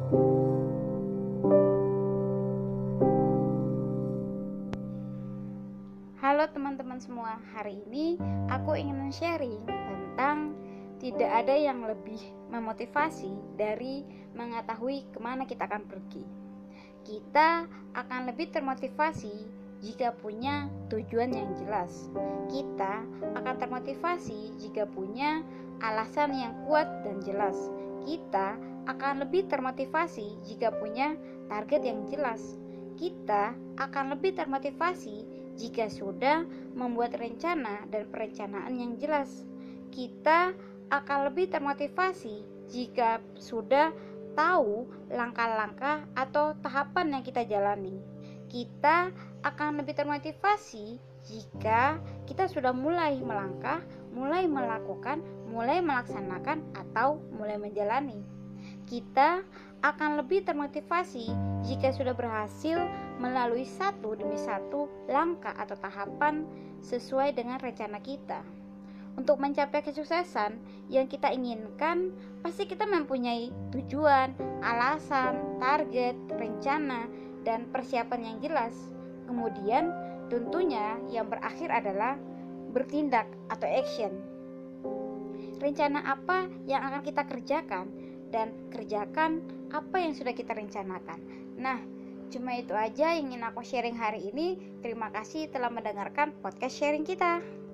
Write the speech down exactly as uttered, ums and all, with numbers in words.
Halo teman-teman semua, hari ini aku ingin sharing tentang tidak ada yang lebih memotivasi dari mengetahui kemana kita akan pergi. Kita akan lebih termotivasi jika punya tujuan yang jelas. Kita akan termotivasi jika punya alasan yang kuat dan jelas. Kita akan lebih termotivasi jika punya target yang jelas. Kita akan lebih termotivasi jika sudah membuat rencana dan perencanaan yang jelas. Kita akan lebih termotivasi jika sudah tahu langkah-langkah atau tahapan yang kita jalani. Kita akan lebih termotivasi jika kita sudah mulai melangkah, mulai melakukan, mulai melaksanakan, atau mulai menjalani. Kita akan lebih termotivasi jika sudah berhasil melalui satu demi satu langkah atau tahapan sesuai dengan rencana kita. Untuk mencapai kesuksesan yang kita inginkan, pasti kita mempunyai tujuan, alasan, target, rencana, dan persiapan yang jelas. Kemudian tentunya yang berakhir adalah bertindak atau action. Rencana apa yang akan kita kerjakan dan kerjakan apa yang sudah kita rencanakan. Nah, cuma itu aja yang ingin aku sharing hari ini. Terima kasih telah mendengarkan podcast sharing kita.